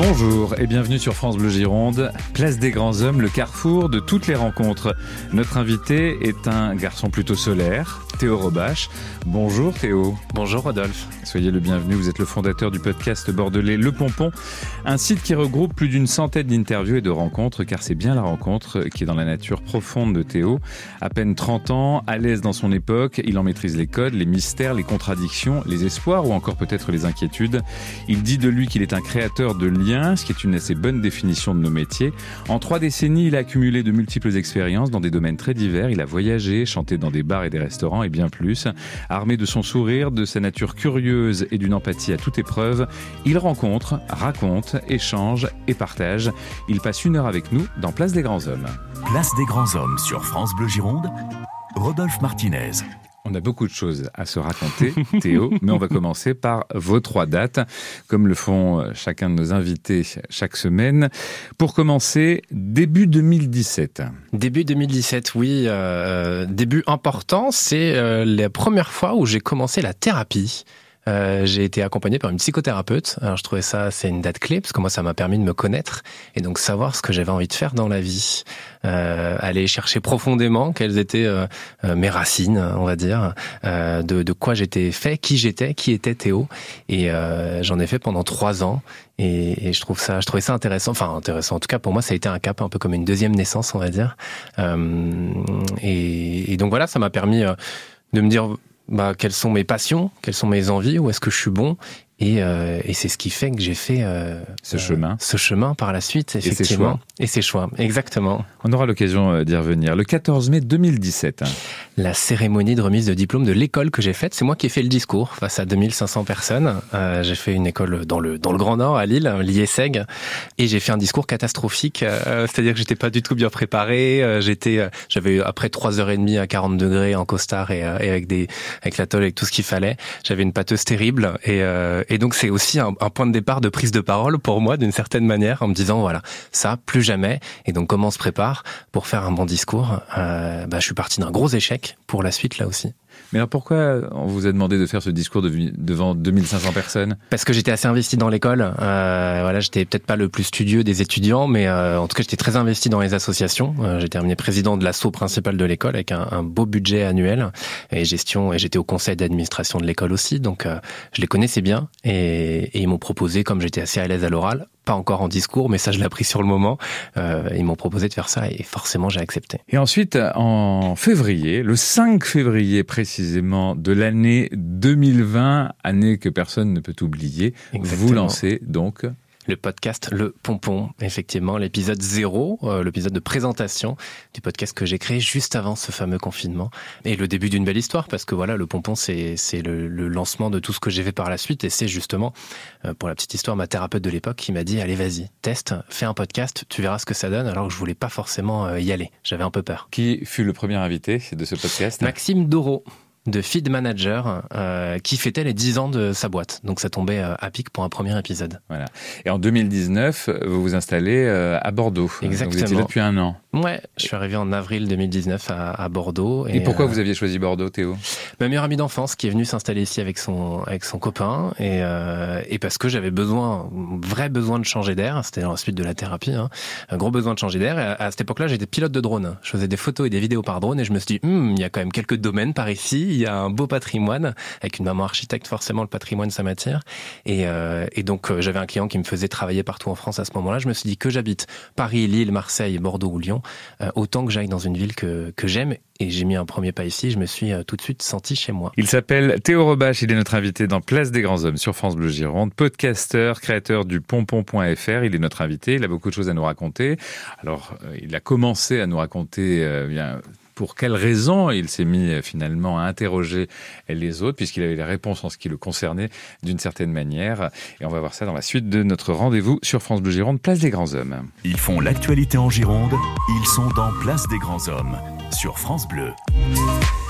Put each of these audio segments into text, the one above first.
Bonjour et bienvenue sur France Bleu Gironde, place des grands hommes, le carrefour de toutes les rencontres. Notre invité est un garçon plutôt solaire, Théo Robache. Bonjour Théo. Bonjour Rodolphe. Soyez le bienvenu, vous êtes le fondateur du podcast bordelais Le Pompon, un site qui regroupe plus d'une centaine d'interviews et de rencontres, car c'est bien la rencontre qui est dans la nature profonde de Théo. À peine 30 ans, à l'aise dans son époque, il en maîtrise les codes, les mystères, les contradictions, les espoirs ou encore peut-être les inquiétudes. Il dit de lui qu'il est un créateur de liens, ce qui est une assez bonne définition de nos métiers. En 3 décennies, il a accumulé de multiples expériences dans des domaines très divers. Il a voyagé, chanté dans des bars et des restaurants et bien plus. Armé de son sourire, de sa nature curieuse et d'une empathie à toute épreuve, il rencontre, raconte, échange et partage. Il passe 1 heure avec nous dans Place des Grands Hommes. Place des Grands Hommes sur France Bleu Gironde, Rodolphe Martinez. On a beaucoup de choses à se raconter, Théo, mais on va commencer par vos 3 dates, comme le font chacun de nos invités chaque semaine. Pour commencer, début 2017. Début 2017, oui. Début important, c'est la première fois où j'ai commencé la thérapie. J'ai été accompagné par une psychothérapeute. Alors je trouvais ça, c'est une date clé parce que moi ça m'a permis de me connaître et donc savoir ce que j'avais envie de faire dans la vie, aller chercher profondément quelles étaient mes racines, on va dire, de quoi j'étais fait, qui était Théo, et j'en ai fait pendant 3 ans et je trouvais ça intéressant. Enfin intéressant. En tout cas pour moi ça a été un cap, un peu comme une deuxième naissance, on va dire. Et donc voilà, ça m'a permis de me dire quelles sont mes passions, quelles sont mes envies, où est-ce que je suis bon, et c'est ce qui fait que j'ai fait ce chemin par la suite, effectivement. Et ses choix, exactement. On aura l'occasion d'y revenir. Le 14 mai 2017. La cérémonie de remise de diplôme de l'école que j'ai faite, c'est moi qui ai fait le discours face à 2500 personnes. J'ai fait une école dans le Grand Nord, à Lille, l'IESEG, et j'ai fait un discours catastrophique. C'est-à-dire que j'étais pas du tout bien préparé. J'avais après 3h30 à 40 degrés en costard et avec la tôle, avec tout ce qu'il fallait. J'avais une pâteuse terrible et donc c'est aussi un point de départ de prise de parole pour moi d'une certaine manière, en me disant voilà, ça plus jamais. Et donc comment on se prépare pour faire un bon discours? Je suis parti d'un gros échec pour la suite là aussi. Mais alors pourquoi on vous a demandé de faire ce discours devant 2500 personnes? Parce que j'étais assez investi dans l'école. J'étais peut-être pas le plus studieux des étudiants, mais en tout cas j'étais très investi dans les associations. J'ai terminé président de l'asso principal de l'école avec un beau budget annuel et gestion. Et j'étais au conseil d'administration de l'école aussi, donc je les connaissais bien. Et ils m'ont proposé, comme j'étais assez à l'aise à l'oral, pas encore en discours, mais ça je l'ai appris sur le moment, ils m'ont proposé de faire ça et forcément j'ai accepté. Et ensuite, en février, le 5 février précisément de l'année 2020, année que personne ne peut oublier, exactement. Vous lancez donc le podcast Le Pompon, effectivement, l'épisode 0, l'épisode de présentation du podcast que j'ai créé juste avant ce fameux confinement. Et le début d'une belle histoire, parce que voilà, Le Pompon, c'est le lancement de tout ce que j'ai fait par la suite. Et c'est justement, pour la petite histoire, ma thérapeute de l'époque qui m'a dit « Allez, vas-y, teste, fais un podcast, tu verras ce que ça donne », alors que je voulais pas forcément y aller. J'avais un peu peur. Qui fut le premier invité de ce podcast? Maxime Doreau, de Feed Manager, qui fêtait les 10 ans de sa boîte. Donc ça tombait à pic pour un premier épisode. Voilà. Et en 2019, vous vous installez à Bordeaux. Exactement. Donc vous étiez là depuis 1 an. Ouais, je suis arrivé en avril 2019 à Bordeaux. Et pourquoi vous aviez choisi Bordeaux, Théo? Ma meilleure amie d'enfance qui est venue s'installer ici avec son copain et parce que j'avais vrai besoin de changer d'air. C'était dans la suite de la thérapie, un gros besoin de changer d'air. Et à cette époque-là, j'étais pilote de drone. Je faisais des photos et des vidéos par drone et je me suis dit, il y a quand même quelques domaines par ici. Il y a un beau patrimoine. Avec une maman architecte, forcément, le patrimoine, ça m'attire. Et donc, j'avais un client qui me faisait travailler partout en France à ce moment-là. Je me suis dit que j'habite Paris, Lille, Marseille, Bordeaux ou Lyon, autant que j'aille dans une ville que j'aime. Et j'ai mis un premier pas ici. Je me suis tout de suite senti chez moi. Il s'appelle Théo Robache. Il est notre invité dans Place des Grands Hommes sur France Bleu Gironde. Podcasteur, créateur du pompon.fr. Il est notre invité. Il a beaucoup de choses à nous raconter. Alors, il a commencé à nous raconter pour quelles raisons il s'est mis finalement à interroger les autres, puisqu'il avait les réponses en ce qui le concernait d'une certaine manière. Et on va voir ça dans la suite de notre rendez-vous sur France Bleu Gironde, Place des Grands Hommes. Ils font l'actualité en Gironde, ils sont dans Place des Grands Hommes, sur France Bleu.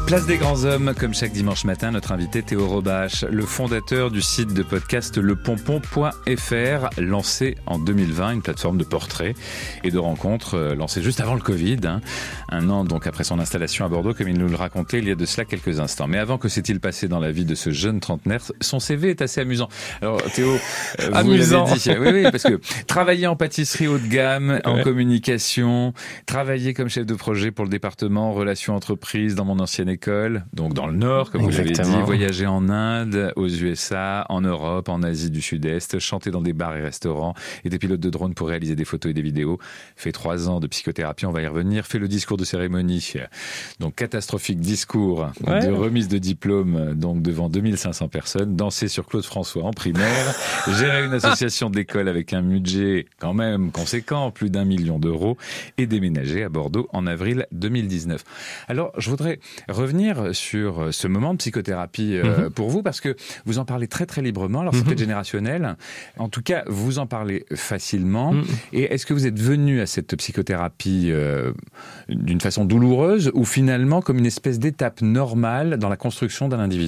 Place des grands hommes, comme chaque dimanche matin, notre invité Théo Robache, le fondateur du site de podcast lepompon.fr, lancé en 2020, une plateforme de portraits et de rencontres lancée juste avant le Covid, un an donc après son installation à Bordeaux, comme il nous le racontait il y a de cela quelques instants. Mais avant, que s'est-il passé dans la vie de ce jeune trentenaire? Son CV est assez amusant. Alors Théo, vous l'avez dit, oui, parce que travailler en pâtisserie haut de gamme, en communication, travailler comme chef de projet pour le département relations entreprises dans mon ancienne école, donc dans le Nord, comme vous l'avez dit, voyager en Inde, aux USA, en Europe, en Asie du Sud-Est, chanter dans des bars et restaurants, était pilote de drone pour réaliser des photos et des vidéos, fait 3 ans de psychothérapie, on va y revenir, fait le discours de cérémonie, donc catastrophique discours de remise de diplôme, donc devant 2500 personnes, dansé sur Claude François en primaire, géré une association d'école avec un budget quand même conséquent, plus d'1 million d'euros, et déménagé à Bordeaux en avril 2019. Alors, je voudrais revenir sur ce moment de psychothérapie pour vous, parce que vous en parlez très très librement. Alors c'est peut-être générationnel, en tout cas vous en parlez facilement. Et est-ce que vous êtes venu à cette psychothérapie d'une façon douloureuse, ou finalement comme une espèce d'étape normale dans la construction d'un individu ?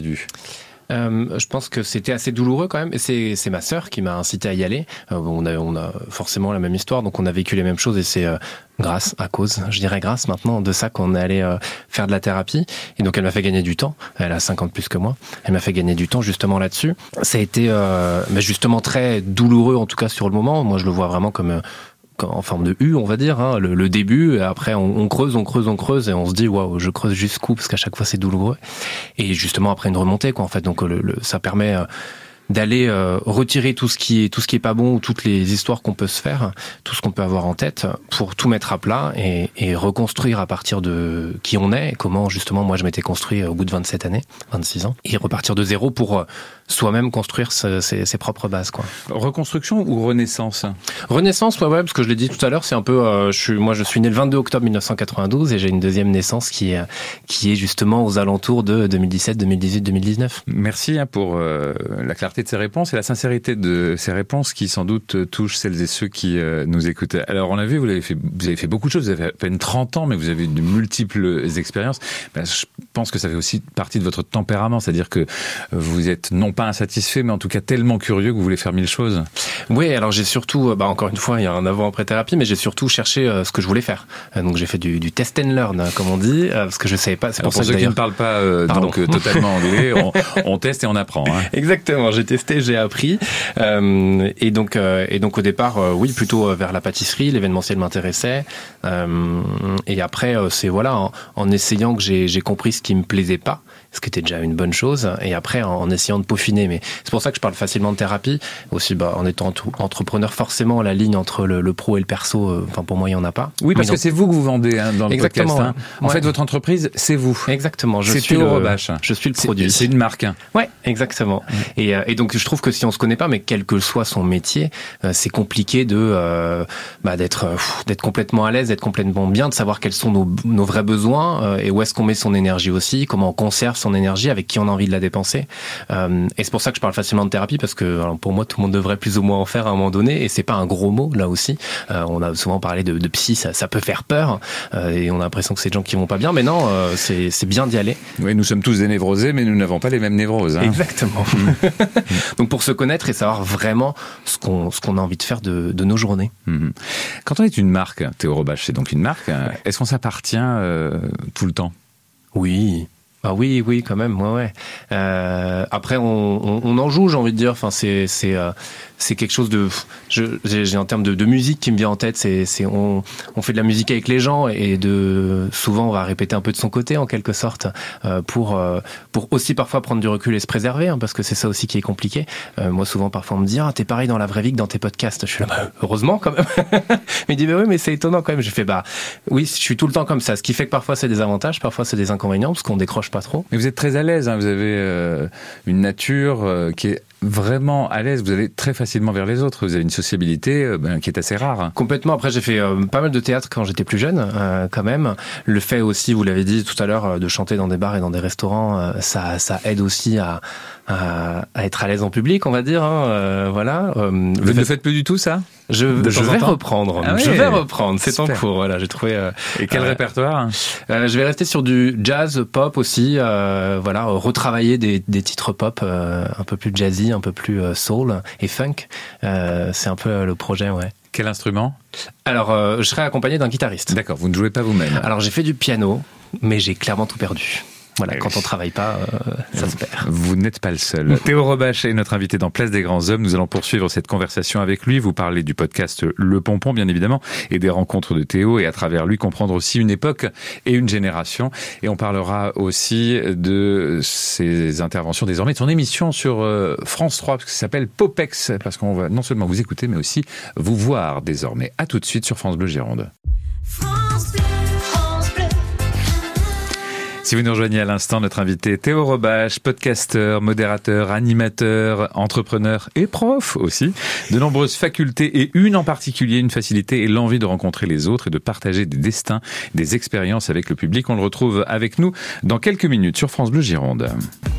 Je pense que c'était assez douloureux quand même. Et c'est ma sœur qui m'a incité à y aller. On a forcément la même histoire, donc on a vécu les mêmes choses, et c'est grâce maintenant de ça qu'on est allé faire de la thérapie. Et donc elle m'a fait gagner du temps. Elle a 50 plus que moi. Elle m'a fait gagner du temps justement là-dessus. Ça a été justement très douloureux, en tout cas sur le moment. Moi je le vois vraiment comme en forme de U, on va dire, le début. Et après, on creuse, et on se dit, waouh, je creuse jusqu'où, parce qu'à chaque fois, c'est douloureux. Et justement, après, une remontée, quoi, en fait. Donc, ça permet d'aller retirer tout ce qui est pas bon, ou toutes les histoires qu'on peut se faire, tout ce qu'on peut avoir en tête, pour tout mettre à plat et reconstruire à partir de qui on est, et comment, justement, moi, je m'étais construit au bout de 26 ans, et repartir de zéro pour soi-même construire ses propres bases, quoi. Reconstruction ou renaissance ? Renaissance, ouais, parce que je l'ai dit tout à l'heure, c'est un peu, je suis né le 22 octobre 1992, et j'ai une deuxième naissance qui est justement aux alentours de 2017, 2018, 2019. Merci pour la clarté de ces réponses et la sincérité de ces réponses qui sans doute touchent celles et ceux qui nous écoutent. Alors on a vu, vous avez fait beaucoup de choses, vous avez à peine 30 ans, mais vous avez eu de multiples expériences. Je pense que ça fait aussi partie de votre tempérament, c'est-à-dire que vous êtes non pas insatisfait, mais en tout cas tellement curieux que vous voulez faire 1000 choses. Oui, alors j'ai surtout, encore une fois, il y a un avant-après thérapie, mais j'ai surtout cherché ce que je voulais faire. Donc j'ai fait du test and learn, comme on dit, parce que je savais pas. C'est pour ceux qui ne parlent pas totalement anglais, on teste et on apprend. Exactement, j'ai testé, j'ai appris, et donc au départ, oui, plutôt vers la pâtisserie, l'événementiel m'intéressait, et après c'est en essayant que j'ai compris ce qui me plaisait pas, ce qui était déjà une bonne chose, et après en essayant de peaufiner. Mais c'est pour ça que je parle facilement de thérapie aussi, en étant entrepreneur, forcément la ligne entre le pro et le perso, pour moi il y en a pas. Oui, parce que c'est vous que vous vendez dans le Exactement, podcast. En fait, votre entreprise, c'est vous. Exactement. Je suis Théo Robache. Je suis le produit. C'est une marque. Ouais, exactement. Et donc je trouve que si on se connaît pas, mais quel que soit son métier, c'est compliqué d'être complètement à l'aise, d'être complètement bien, de savoir quels sont nos vrais besoins, et où est-ce qu'on met son énergie aussi, comment on conserve son énergie, avec qui on a envie de la dépenser. Et c'est pour ça que je parle facilement de thérapie, parce que pour moi tout le monde devrait plus ou moins en faire à un moment donné, et c'est pas un gros mot là aussi. On a souvent parlé de psy, ça peut faire peur, et on a l'impression que c'est des gens qui vont pas bien, mais non, c'est bien d'y aller. Oui, nous sommes tous des névrosés, mais nous n'avons pas les mêmes névroses. Exactement. Donc pour se connaître et savoir vraiment ce qu'on a envie de faire de nos journées. Quand on est une marque, Théo Robache, c'est donc une marque, est-ce qu'on s'appartient tout le temps ? Oui. Ah oui, quand même, ouais. Après, on en joue, j'ai envie de dire. Enfin, c'est quelque chose de. J'ai en termes de musique qui me vient en tête. On fait de la musique avec les gens, et souvent on va répéter un peu de son côté en quelque sorte, pour aussi parfois prendre du recul et se préserver, parce que c'est ça aussi qui est compliqué. Moi, souvent, parfois on me dit t'es pareil dans la vraie vie que dans tes podcasts. Je suis là, heureusement quand même. Mais il dit oui, mais c'est étonnant quand même. J'ai fait oui, je suis tout le temps comme ça. Ce qui fait que parfois c'est des avantages, parfois c'est des inconvénients, parce qu'on décroche pas trop. Mais vous êtes très à l'aise, vous avez une nature qui est vraiment à l'aise, vous allez très facilement vers les autres, vous avez une sociabilité qui est assez rare. Complètement. Après, j'ai fait pas mal de théâtre quand j'étais plus jeune, quand même. Le fait aussi, vous l'avez dit tout à l'heure, de chanter dans des bars et dans des restaurants, ça aide aussi à être à l'aise en public, on va dire. Voilà. Vous ne le faites plus du tout, ça ? Je vais reprendre. Ah oui. Je vais reprendre. C'est Super. en cours. Voilà, j'ai trouvé. Et quel répertoire? Je vais rester sur du jazz, pop aussi. Voilà, retravailler des titres pop un peu plus jazzy, un peu plus soul et funk. C'est un peu le projet, ouais. Quel instrument? Alors, je serai accompagné d'un guitariste. D'accord, vous ne jouez pas vous-même. Alors, j'ai fait du piano, mais j'ai clairement tout perdu. Voilà, Eh quand oui. on travaille pas, ça se perd. Vous n'êtes pas le seul. Théo Robache est notre invité dans Place des Grands Hommes. Nous allons poursuivre cette conversation avec lui. Vous parlez du podcast Le Pompon, bien évidemment, et des rencontres de Théo, et à travers lui comprendre aussi une époque et une génération. Et on parlera aussi de ses interventions désormais, de son émission sur France 3, parce que ça s'appelle Popex, parce qu'on va non seulement vous écouter, mais aussi vous voir désormais. À tout de suite sur France Bleu Gironde. France Bleu, France Bleu. Si vous nous rejoignez à l'instant, notre invité Théo Robache, podcasteur, modérateur, animateur, entrepreneur et prof aussi, de nombreuses facultés et une en particulier, une facilité et l'envie de rencontrer les autres et de partager des destins, des expériences avec le public. On le retrouve avec nous dans quelques minutes sur France Bleu Gironde.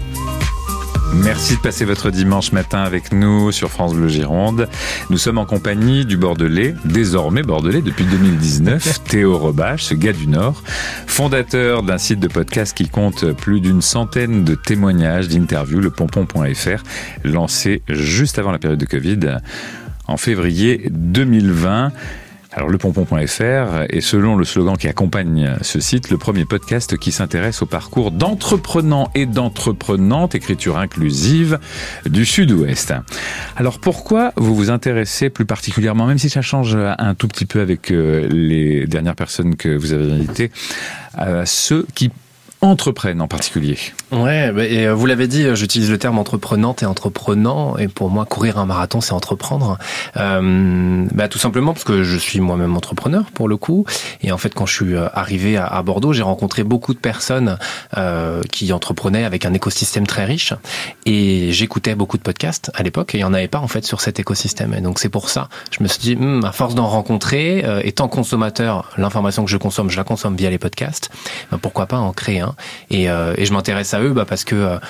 Merci de passer votre dimanche matin avec nous sur France Bleu Gironde. Nous sommes en compagnie du Bordelais, désormais Bordelais depuis 2019, Théo Robache, ce gars du Nord, fondateur d'un site de podcast qui compte plus d'une centaine de témoignages, d'interviews, lepompon.fr, lancé juste avant la période de Covid, en février 2020. Alors, lepompon.fr est, selon le slogan qui accompagne ce site, le premier podcast qui s'intéresse au parcours d'entreprenants et d'entreprenantes, écriture inclusive, du Sud-Ouest. Alors, pourquoi vous vous intéressez plus particulièrement, même si ça change un tout petit peu avec les dernières personnes que vous avez invitées, à ceux qui entreprennent en particulier? Ouais, et vous l'avez dit, j'utilise le terme entreprenante et entreprenant, et pour moi, courir un marathon, c'est entreprendre. Tout simplement parce que je suis moi-même entrepreneur, pour le coup, et en fait, quand je suis arrivé à Bordeaux, j'ai rencontré beaucoup de personnes qui entreprenaient avec un écosystème très riche, et j'écoutais beaucoup de podcasts à l'époque, et il n'y en avait pas, en fait, sur cet écosystème. Et donc, c'est pour ça, je me suis dit, à force d'en rencontrer, étant consommateur, l'information que je consomme, je la consomme via les podcasts, pourquoi pas en créer un. Et je m'intéresse à eux parce que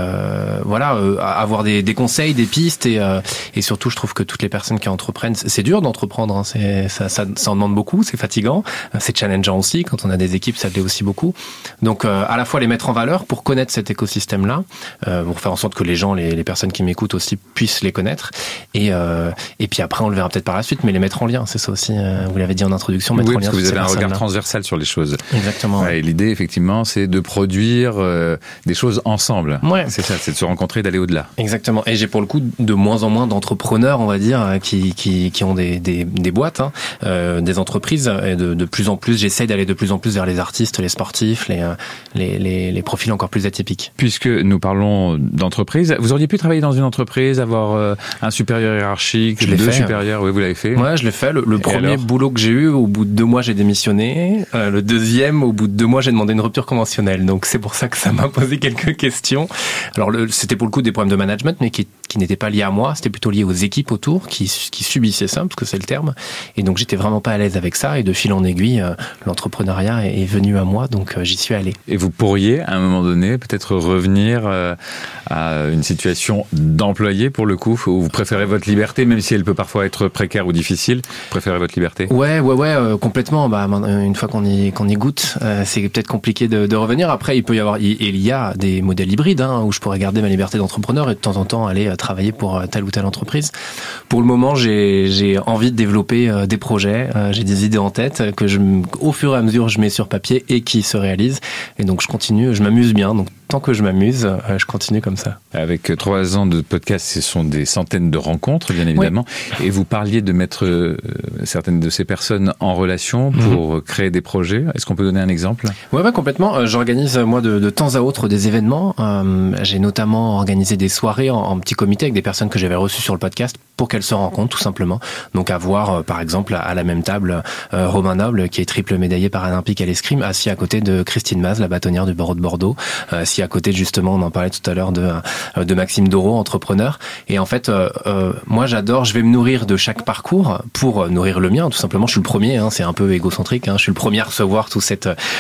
avoir des conseils, des pistes, et surtout je trouve que toutes les personnes qui entreprennent, c'est dur d'entreprendre, hein, ça en demande beaucoup, c'est fatigant, c'est challengeant aussi, quand on a des équipes ça l'est aussi beaucoup, donc à la fois les mettre en valeur pour connaître cet écosystème là, pour faire en sorte que les gens, les personnes qui m'écoutent aussi puissent les connaître, et puis après on le verra peut-être par la suite, mais les mettre en lien, c'est ça aussi, vous l'avez dit en introduction, mettre en lien. Oui, parce que vous avez un regard là. transversal sur les choses. Exactement. Ouais, et l'idée effectivement c'est de produire des choses ensemble. Ouais. C'est ça, c'est de se rencontrer, d'aller au-delà. Exactement. Et j'ai pour le coup de moins en moins d'entrepreneurs, on va dire, qui ont des boîtes, des entreprises. Et de plus en plus, j'essaye d'aller de plus en plus vers les artistes, les sportifs, les profils encore plus atypiques. Puisque nous parlons d'entreprise, vous auriez pu travailler dans une entreprise, avoir un supérieur hiérarchique, Je l'ai fait. supérieurs, oui, vous l'avez fait. Ouais, je l'ai fait. Le premier alors boulot que j'ai eu, au bout de 2 mois, j'ai démissionné. Le deuxième, au bout de 2 mois, j'ai demandé une rupture conventionnelle. Donc c'est pour ça que ça m'a posé quelques questions. Alors c'était pour le coup des problèmes de management, mais qui n'étaient pas liés à moi, c'était plutôt lié aux équipes autour qui subissaient ça, parce que c'est le terme. Et donc j'étais vraiment pas à l'aise avec ça, et de fil en aiguille, l'entrepreneuriat est venu à moi, donc j'y suis allé. Et vous pourriez, à un moment donné, peut-être revenir à une situation d'employé, pour le coup, où vous préférez votre liberté, même si elle peut parfois être précaire ou difficile, vous préférez votre liberté? Ouais, complètement. Une fois qu'on y goûte, c'est peut-être compliqué de revenir. Après, il y a des modèles hybrides, où je pourrais garder ma liberté d'entrepreneur et de temps en temps aller travailler pour telle ou telle entreprise. Pour le moment, j'ai envie de développer des projets, j'ai des idées en tête que au fur et à mesure, je mets sur papier et qui se réalisent. Et donc, je continue, je m'amuse bien. Donc, tant que je m'amuse, je continue comme ça. Avec 3 ans de podcast, ce sont des centaines de rencontres, bien évidemment. Oui. Et vous parliez de mettre certaines de ces personnes en relation pour créer des projets. Est-ce qu'on peut donner un exemple? Ouais, complètement. J'organise, moi, de temps à autre des événements. J'ai notamment organisé des soirées en petit comité avec des personnes que j'avais reçues sur le podcast pour qu'elles se rencontrent, tout simplement. Donc, avoir, par exemple, à la même table, Romain Noble, qui est triple médaillé paralympique à l'escrime, assis à côté de Christine Maz, la bâtonnière du barreau de Bordeaux, assis à côté, justement, on en parlait tout à l'heure, de Maxime Doro, entrepreneur. Et en fait, moi, j'adore, je vais me nourrir de chaque parcours pour nourrir le mien, tout simplement. Je suis le premier, c'est un peu égocentrique, je suis le premier à recevoir tous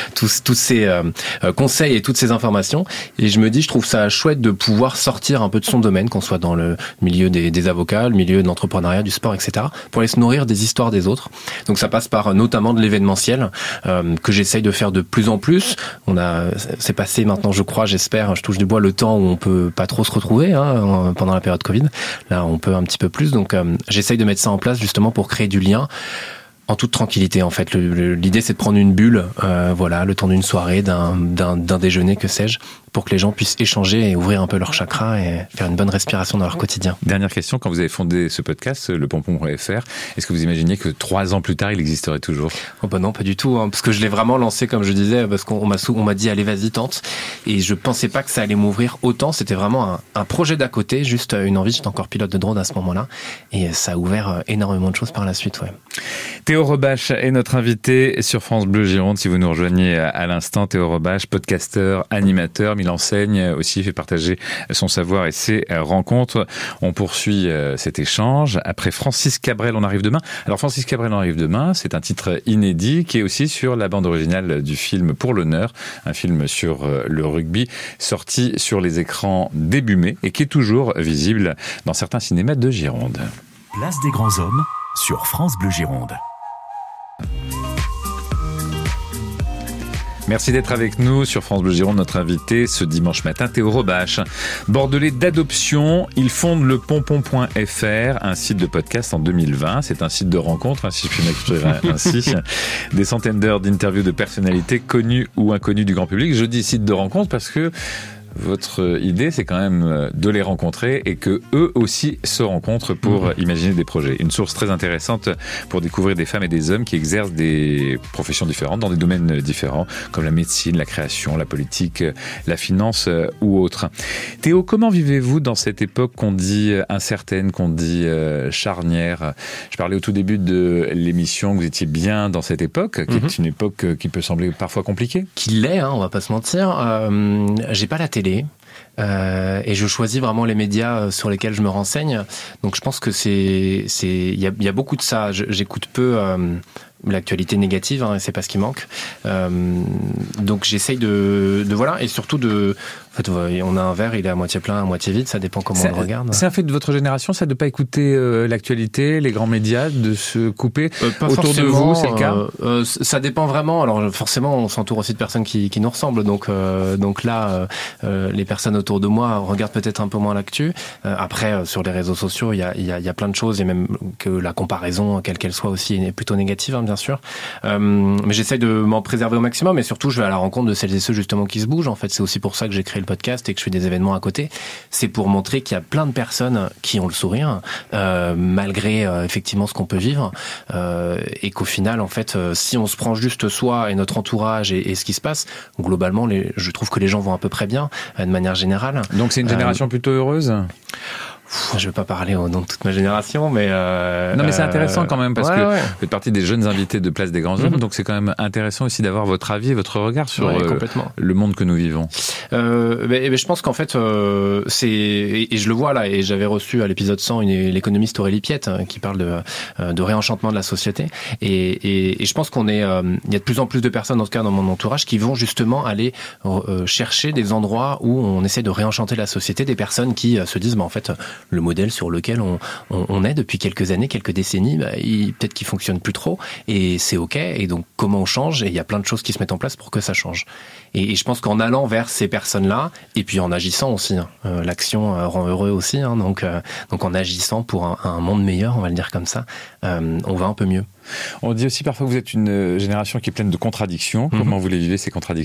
ces conseils et toutes ces informations. Et je me dis, je trouve ça chouette de pouvoir sortir un peu de son domaine, qu'on soit dans le milieu des avocats, le milieu milieu de l'entrepreneuriat, du sport, etc., pour aller se nourrir des histoires des autres. Donc ça passe par notamment de l'événementiel que j'essaye de faire de plus en plus. C'est passé maintenant, je crois, j'espère, je touche du bois, le temps où on peut pas trop se retrouver pendant la période Covid. Là, on peut un petit peu plus. Donc j'essaye de mettre ça en place justement pour créer du lien. En toute tranquillité, en fait. L'idée, c'est de prendre une bulle, le temps d'une soirée, d'un déjeuner, que sais-je, pour que les gens puissent échanger et ouvrir un peu leur chakra et faire une bonne respiration dans leur quotidien. Dernière question, quand vous avez fondé ce podcast, lepompon.fr, est-ce que vous imaginiez que 3 ans plus tard, il existerait toujours ? Oh bah non, pas du tout, parce que je l'ai vraiment lancé, comme je disais, parce qu'on m'a dit, allez, vas-y, tente. Et je pensais pas que ça allait m'ouvrir autant. C'était vraiment un projet d'à côté, juste une envie. J'étais encore pilote de drone à ce moment-là. Et ça a ouvert énormément de choses par la suite, ouais. Théo Rebache est notre invité sur France Bleu Gironde. Si vous nous rejoignez à l'instant, Théo Rebache, podcasteur, animateur, il enseigne aussi, fait partager son savoir et ses rencontres. On poursuit cet échange. Après Francis Cabrel, on arrive demain. Alors Francis Cabrel, on arrive demain, c'est un titre inédit qui est aussi sur la bande originale du film Pour l'honneur, un film sur le rugby sorti sur les écrans début mai et qui est toujours visible dans certains cinémas de Gironde. Place des grands hommes sur France Bleu Gironde. Merci d'être avec nous sur France Bleu Gironde. Notre invité ce dimanche matin, Théo Rebache. Bordelais d'adoption, il fonde lepompon.fr, un site de podcast en 2020. C'est un site de rencontre, si je puis m'exprimer ainsi. Des centaines d'heures d'interviews de personnalités connues ou inconnues du grand public. Je dis site de rencontre parce que votre idée, c'est quand même de les rencontrer et que eux aussi se rencontrent pour imaginer des projets. Une source très intéressante pour découvrir des femmes et des hommes qui exercent des professions différentes dans des domaines différents, comme la médecine, la création, la politique, la finance ou autre. Théo, comment vivez-vous dans cette époque qu'on dit incertaine, qu'on dit charnière ? Je parlais au tout début de l'émission que vous étiez bien dans cette époque, qui est une époque qui peut sembler parfois compliquée. Qui l'est, on va pas se mentir. J'ai pas la télé. Et je choisis vraiment les médias sur lesquels je me renseigne. Donc je pense que il y a beaucoup de ça. J'écoute peu l'actualité négative, et c'est pas ce qui manque. Donc j'essaye de voilà, et surtout en fait, on a un verre, il est à moitié plein, à moitié vide, ça dépend comment on le regarde. C'est un fait de votre génération, ça, de pas écouter l'actualité, les grands médias, de se couper autour de vous, c'est le cas ça dépend vraiment. Alors forcément, on s'entoure aussi de personnes qui nous ressemblent, donc là, les personnes autour de moi regardent peut-être un peu moins l'actu. Après, sur les réseaux sociaux, il y a plein de choses, et même que la comparaison, quelle qu'elle soit aussi, est plutôt négative, bien sûr. Mais j'essaye de m'en préserver au maximum, et surtout, je vais à la rencontre de celles et ceux justement qui se bougent. En fait, c'est aussi pour ça que j'ai créé le podcast et que je fais des événements à côté. C'est pour montrer qu'il y a plein de personnes qui ont le sourire, malgré effectivement ce qu'on peut vivre, et qu'au final, en fait, si on se prend juste soi et notre entourage et ce qui se passe, globalement, je trouve que les gens vont à peu près bien, de manière générale. Donc c'est une génération plutôt heureuse ? Je ne vais pas parler au nom de toute ma génération, mais... Non, mais c'est intéressant quand même, parce que vous faites partie des jeunes invités de Place des Grands Hommes, donc c'est quand même intéressant aussi d'avoir votre avis et votre regard sur le monde que nous vivons. Je pense qu'en fait, et je le vois là, et j'avais reçu à l'épisode 100 l'économiste Aurélie Piette, qui parle de réenchantement de la société, et je pense il y a de plus en plus de personnes, en tout cas dans mon entourage, qui vont justement aller chercher des endroits où on essaie de réenchanter la société, des personnes qui se disent, en fait, le modèle sur lequel on est depuis quelques années, quelques décennies, peut-être qu'il fonctionne plus trop, et c'est ok, et donc comment on change, et il y a plein de choses qui se mettent en place pour que ça change. Et je pense qu'en allant vers ces personnes-là, et puis en agissant aussi, l'action rend heureux aussi, donc en agissant pour un monde meilleur, on va le dire comme ça, on va un peu mieux. On dit aussi parfois que vous êtes une génération qui est pleine de contradictions. Comment vous les vivez, ces contradictions ?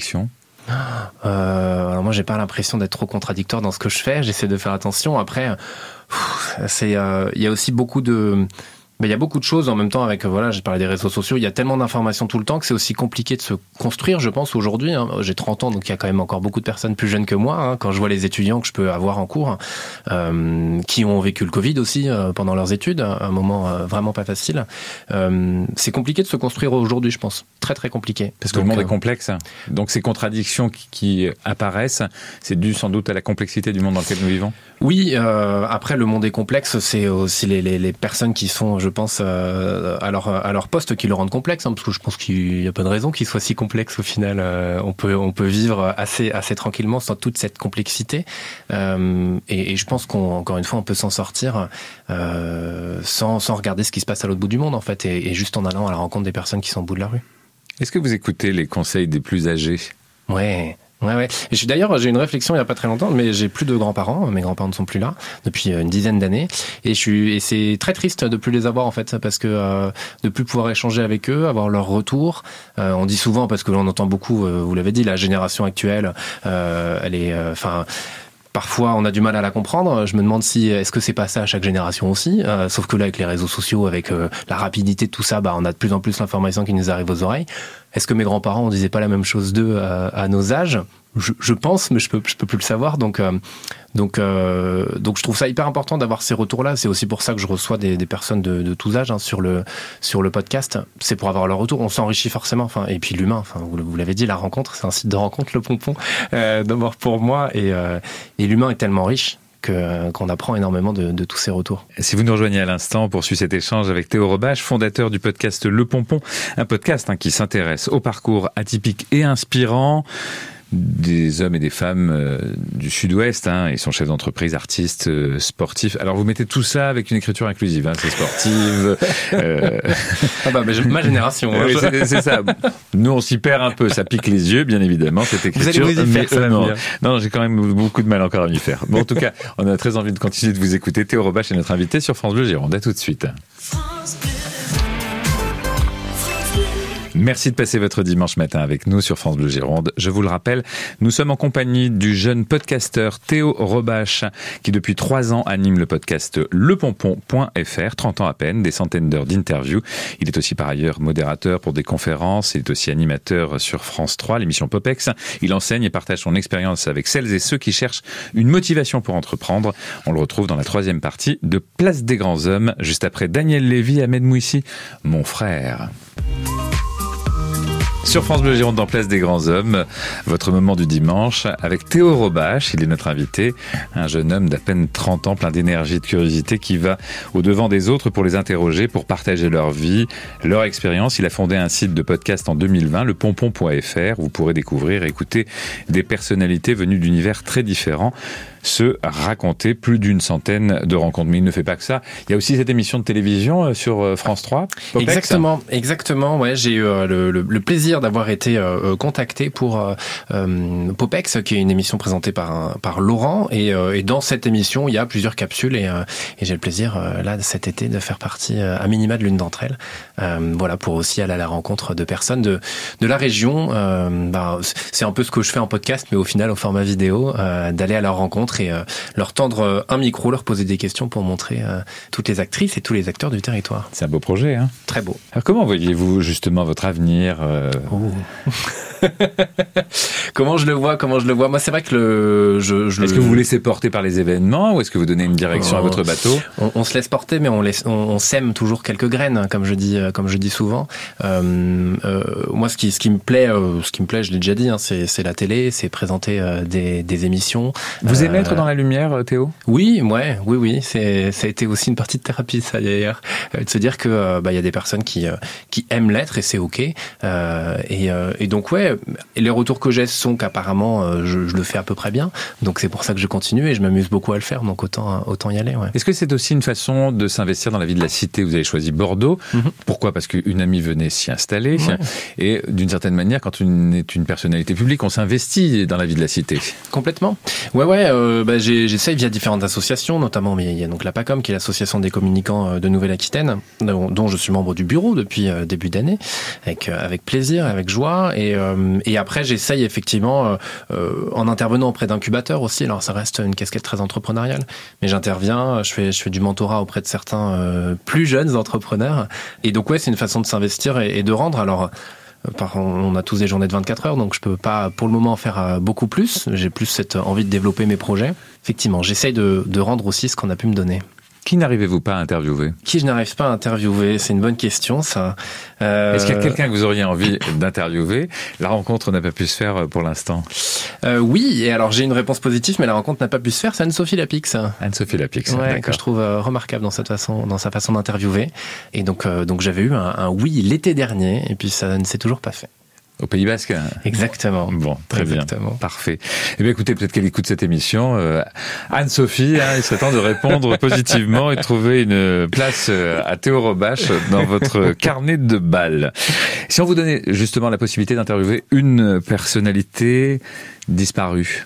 Alors moi, j'ai pas l'impression d'être trop contradictoire dans ce que je fais. J'essaie de faire attention. Après, il y a aussi beaucoup de choses en même temps avec, j'ai parlé des réseaux sociaux, il y a tellement d'informations tout le temps que c'est aussi compliqué de se construire, je pense, aujourd'hui. J'ai 30 ans, donc il y a quand même encore beaucoup de personnes plus jeunes que moi, quand je vois les étudiants que je peux avoir en cours, qui ont vécu le Covid aussi pendant leurs études, un moment vraiment pas facile. C'est compliqué de se construire aujourd'hui, je pense. Très, très compliqué. Parce que le monde est complexe. Donc ces contradictions qui apparaissent, c'est dû sans doute à la complexité du monde dans lequel nous vivons. Oui, après le monde est complexe, c'est aussi les personnes qui sont, je pense, à leur poste qui le rendent complexe, parce que je pense qu'il n'y a pas de raison qu'il soit si complexe au final. On peut vivre assez tranquillement sans toute cette complexité, et je pense qu'encore une fois on peut s'en sortir sans regarder ce qui se passe à l'autre bout du monde en fait, et juste en allant à la rencontre des personnes qui sont au bout de la rue. Est-ce que vous écoutez les conseils des plus âgés ? Ouais. Et j'ai une réflexion il y a pas très longtemps, mais j'ai plus de grands-parents. Mes grands-parents ne sont plus là depuis une dizaine d'années, et c'est très triste de plus les avoir en fait, parce que de plus pouvoir échanger avec eux, avoir leur retour. On dit souvent, parce que l'on entend beaucoup, vous l'avez dit, la génération actuelle, elle est, parfois, on a du mal à la comprendre. Je me demande est-ce que c'est pas ça à chaque génération aussi. Sauf que là, avec les réseaux sociaux, avec la rapidité de tout ça, on a de plus en plus l'information qui nous arrive aux oreilles. Est-ce que mes grands-parents, on disait pas la même chose d'eux à nos âges ? Je pense, mais je peux plus le savoir. Donc, je trouve ça hyper important d'avoir ces retours-là. C'est aussi pour ça que je reçois des personnes de tous âges sur le podcast. C'est pour avoir leur retour. On s'enrichit forcément. Et puis l'humain. Vous l'avez dit, la rencontre, c'est un site de rencontre, le Pompon. D'abord pour moi, et l'humain est tellement riche qu'on apprend énormément de tous ces retours. Si vous nous rejoignez à l'instant, on poursuit cet échange avec Théo Robache, fondateur du podcast Le Pompon, un podcast qui s'intéresse au parcours atypique et inspirant des hommes et des femmes du Sud-Ouest. Ils sont chefs d'entreprise, artistes, sportifs. Alors vous mettez tout ça avec une écriture inclusive, c'est sportive. Ma génération. Oui, c'est ça. Nous on s'y perd un peu, ça pique les yeux bien évidemment cette écriture. Vous allez vous y faire, ça va venir. Non, j'ai quand même beaucoup de mal encore à m'y faire. Bon, en tout cas, on a très envie de continuer de vous écouter. Théo Robache est notre invité sur France Bleu Gironde. À tout de suite. France Bleu. Merci de passer votre dimanche matin avec nous sur France Bleu Gironde. Je vous le rappelle, nous sommes en compagnie du jeune podcasteur Théo Robache qui depuis 3 ans anime le podcast lepompon.fr, 30 ans à peine, des centaines d'heures d'interviews. Il est aussi par ailleurs modérateur pour des conférences, il est aussi animateur sur France 3, l'émission Popex. Il enseigne et partage son expérience avec celles et ceux qui cherchent une motivation pour entreprendre. On le retrouve dans la 3e partie de Place des Grands Hommes, juste après Daniel Lévy, Ahmed Mouissi, mon frère. Sur France Bleu Gironde, dans Place des Grands Hommes, votre moment du dimanche avec Théo Robache, il est notre invité, un jeune homme d'à peine 30 ans, plein d'énergie et de curiosité qui va au-devant des autres pour les interroger, pour partager leur vie, leur expérience. Il a fondé un site de podcast en 2020, lepompon.fr, où vous pourrez découvrir et écouter des personnalités venues d'univers très différents se raconter plus d'une centaine de rencontres. Mais il ne fait pas que ça. Il y a aussi cette émission de télévision sur France 3. Popex. Exactement. Ouais, j'ai eu le plaisir d'avoir été contacté pour Popex, qui est une émission présentée par Laurent. Et dans cette émission, il y a plusieurs capsules et j'ai le plaisir là cet été de faire partie à minima de l'une d'entre elles. Voilà, pour aussi aller à la rencontre de personnes de la région. C'est un peu ce que je fais en podcast, mais au final au format vidéo, d'aller à leur rencontre et leur tendre un micro, leur poser des questions pour montrer toutes les actrices et tous les acteurs du territoire. C'est un beau projet, hein ? Très beau. Alors comment voyez-vous justement votre avenir Comment je le vois Moi, c'est vrai que Est-ce que vous vous laissez porter par les événements ou est-ce que vous donnez une direction à votre bateau ? On se laisse porter, mais on sème toujours quelques graines, comme je dis souvent. Moi, ce qui me plaît, je l'ai déjà dit, c'est la télé, c'est présenter des émissions. Vous aimez être dans la lumière, Théo ? Oui. Ça a été aussi une partie de thérapie, ça, hier. De se dire que y a des personnes qui aiment l'être et c'est ok. Et donc et les retours que j'ai sont qu'apparemment je le fais à peu près bien. Donc c'est pour ça que je continue et je m'amuse beaucoup à le faire. Donc autant y aller. Ouais. Est-ce que c'est aussi une façon de s'investir dans la vie de la cité ? Vous avez choisi Bordeaux. Pourquoi ? Parce qu'une amie venait s'y installer. Ouais. Et d'une certaine manière, quand on est une personnalité publique, on s'investit dans la vie de la cité. Complètement. J'essaye via différentes associations, notamment il y a donc la PACOM, qui est l'association des communicants de Nouvelle-Aquitaine, dont je suis membre du bureau depuis début d'année, avec plaisir, avec joie. Et après, j'essaye effectivement, en intervenant auprès d'incubateurs aussi. Alors ça reste une casquette très entrepreneuriale, mais j'interviens, je fais du mentorat auprès de certains plus jeunes entrepreneurs. Et donc c'est une façon de s'investir et de rendre. Alors on a tous des journées de 24 heures, donc je peux pas pour le moment faire beaucoup plus. J'ai plus cette envie de développer mes projets. Effectivement, j'essaye de rendre aussi ce qu'on a pu me donner. Qui n'arrivez-vous pas à interviewer ? Qui je n'arrive pas à interviewer ? C'est une bonne question, ça. Est-ce qu'il y a quelqu'un que vous auriez envie d'interviewer ? La rencontre n'a pas pu se faire pour l'instant. Oui, et alors j'ai une réponse positive, mais la rencontre n'a pas pu se faire. C'est Anne-Sophie Lapix. Anne-Sophie Lapix, ouais, d'accord. Que je trouve remarquable dans sa façon d'interviewer. Et donc j'avais eu un oui l'été dernier, et puis ça ne s'est toujours pas fait. Au Pays Basque. Exactement. Bon, très Exactement. bien. Parfait. Eh bien, écoutez, peut-être qu'elle écoute cette émission. Anne-Sophie, il serait temps de répondre positivement et de trouver une place à Théo Robache dans votre carnet de balles. Si on vous donnait justement la possibilité d'interviewer une personnalité disparue.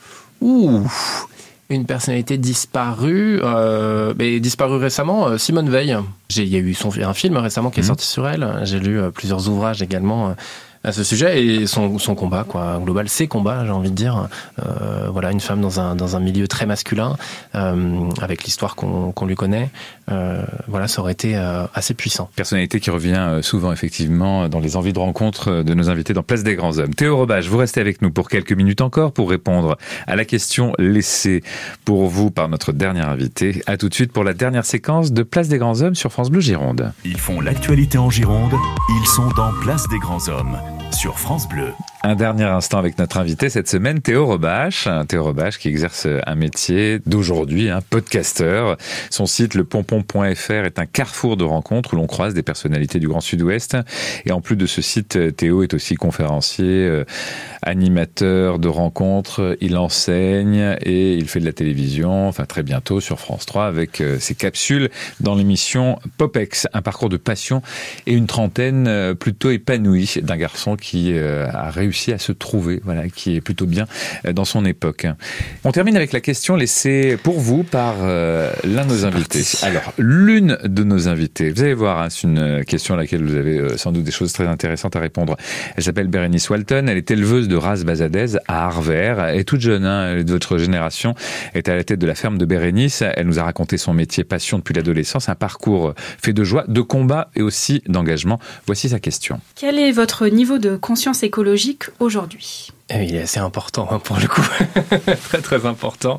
Une personnalité disparue, mais disparue récemment, Simone Veil. Il y a eu un film récemment qui est sorti sur elle. J'ai lu plusieurs ouvrages également à ce sujet, et son combat, quoi, global, ses combats, j'ai envie de dire. Voilà, une femme dans un milieu très masculin, avec l'histoire qu'on lui connaît. Voilà, ça aurait été assez puissant. Personnalité qui revient souvent, effectivement, dans les envies de rencontre de nos invités dans Place des Grands Hommes. Théo Robache, vous restez avec nous pour quelques minutes encore pour répondre à la question laissée pour vous par notre dernier invité. À tout de suite pour la dernière séquence de Place des Grands Hommes sur France Bleu Gironde. Ils font l'actualité en Gironde, ils sont dans Place des Grands Hommes, sur France Bleu. Un dernier instant avec notre invité cette semaine, Théo Robache. Théo Robache qui exerce un métier d'aujourd'hui, podcasteur. Son site, lepompon.fr, est un carrefour de rencontres où l'on croise des personnalités du Grand Sud-Ouest. Et en plus de ce site, Théo est aussi conférencier, animateur de rencontres. Il enseigne et il fait de la télévision, très bientôt sur France 3 avec ses capsules dans l'émission Popex. Un parcours de passion et une trentaine plutôt épanouie d'un garçon qui a réussi à se trouver, qui est plutôt bien dans son époque. On termine avec la question laissée pour vous par l'un de nos invités. Alors, l'une de nos invités, vous allez voir, c'est une question à laquelle vous avez sans doute des choses très intéressantes à répondre. Elle s'appelle Bérénice Walton, elle est éleveuse de race bazadaise à Arvers. Elle est toute jeune, elle est de votre génération, elle est à la tête de la ferme de Bérénice. Elle nous a raconté son métier passion depuis l'adolescence, un parcours fait de joie, de combat et aussi d'engagement. Voici sa question. Quel est votre niveau de conscience écologique aujourd'hui ? Il est assez important pour le coup, très très important.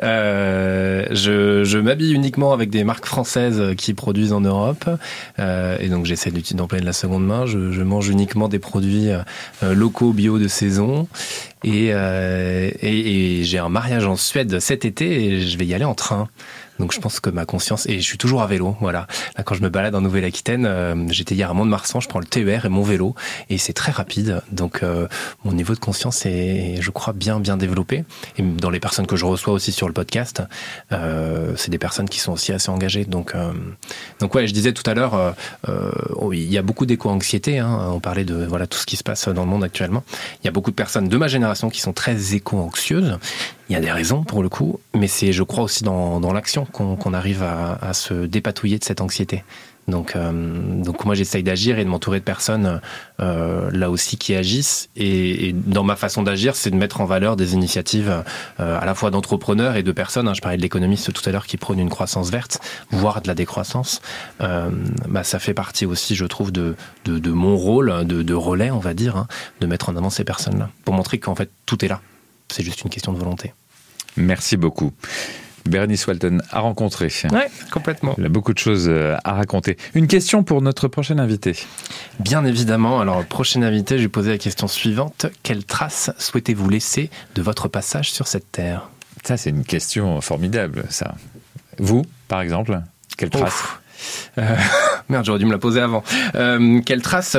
Je m'habille uniquement avec des marques françaises qui produisent en Europe, et donc j'essaie d'employer de la seconde main. Je mange uniquement des produits locaux, bio, de saison, et j'ai un mariage en Suède cet été et je vais y aller en train. Donc je pense que ma conscience, et je suis toujours à vélo, voilà. Là, quand je me balade en Nouvelle-Aquitaine, j'étais hier à Mont-de-Marsan, je prends le TER et mon vélo, et c'est très rapide. Donc mon niveau de conscience est, je crois, bien développé. Et dans les personnes que je reçois aussi sur le podcast, c'est des personnes qui sont aussi assez engagées. Donc ouais, je disais tout à l'heure, il y a beaucoup d'éco-anxiété. On parlait de tout ce qui se passe dans le monde actuellement. Il y a beaucoup de personnes de ma génération qui sont très éco-anxieuses. Il y a des raisons pour le coup, mais c'est, je crois, aussi dans l'action qu'on arrive à se dépatouiller de cette anxiété. Donc moi j'essaye d'agir et de m'entourer de personnes là aussi qui agissent, et dans ma façon d'agir, c'est de mettre en valeur des initiatives à la fois d'entrepreneurs et de personnes. Je parlais de l'économiste tout à l'heure qui prône une croissance verte, voire de la décroissance. Ça fait partie aussi, je trouve, de mon rôle de relais, on va dire, de mettre en avant ces personnes-là pour montrer qu'en fait tout est là. C'est juste une question de volonté. Merci beaucoup. Bérénice Walton à rencontrer. Ouais, complètement. Il a beaucoup de choses à raconter. Une question pour notre prochain invité. Bien évidemment. Alors, prochain invité, je vais poser la question suivante. Quelle trace souhaitez-vous laisser de votre passage sur cette terre ? Ça, c'est une question formidable, ça. Vous, par exemple, quelle trace ? Merde, j'aurais dû me la poser avant. Quelle trace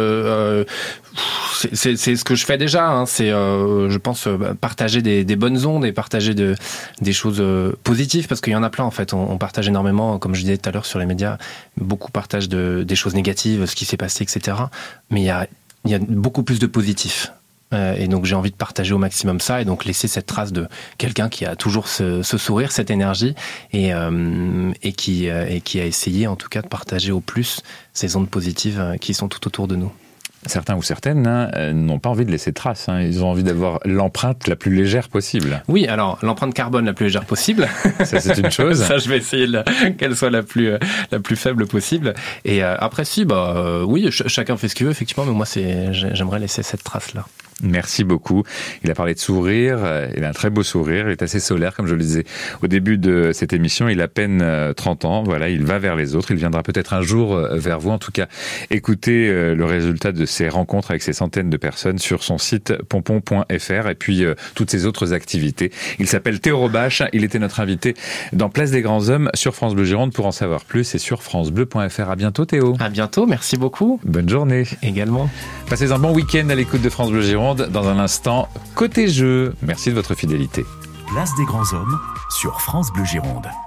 c'est ce que je fais déjà. C'est, je pense, partager des bonnes ondes et partager des choses positives, parce qu'il y en a plein en fait. On partage énormément, comme je disais tout à l'heure sur les médias, beaucoup partagent des choses négatives, ce qui s'est passé, etc. Mais il y a beaucoup plus de positifs. Et donc j'ai envie de partager au maximum ça, et donc laisser cette trace de quelqu'un qui a toujours ce sourire, cette énergie, et qui a essayé en tout cas de partager au plus ces ondes positives qui sont tout autour de nous. Certains ou certaines n'ont pas envie de laisser de traces. Ils ont envie d'avoir l'empreinte la plus légère possible. Oui, alors l'empreinte carbone la plus légère possible. Ça, c'est une chose. Ça, je vais essayer qu'elle soit la plus faible possible. Et après, oui, chacun fait ce qu'il veut, effectivement, mais moi, j'aimerais laisser cette trace-là. Merci beaucoup. Il a parlé de sourire. Il a un très beau sourire. Il est assez solaire, comme je le disais au début de cette émission. Il a à peine 30 ans. Voilà, il va vers les autres. Il viendra peut-être un jour vers vous. En tout cas, écoutez le résultat de ces rencontres avec ces centaines de personnes sur son site pompon.fr et puis toutes ses autres activités. Il s'appelle Théo Robache. Il était notre invité dans Place des Grands Hommes sur France Bleu Gironde. Pour en savoir plus, et sur francebleu.fr. À bientôt, Théo. À bientôt. Merci beaucoup. Bonne journée. Également. Passez un bon week-end à l'écoute de France Bleu Gironde. Dans un instant, côté jeu. Merci de votre fidélité. Place des Grands Hommes sur France Bleu Gironde.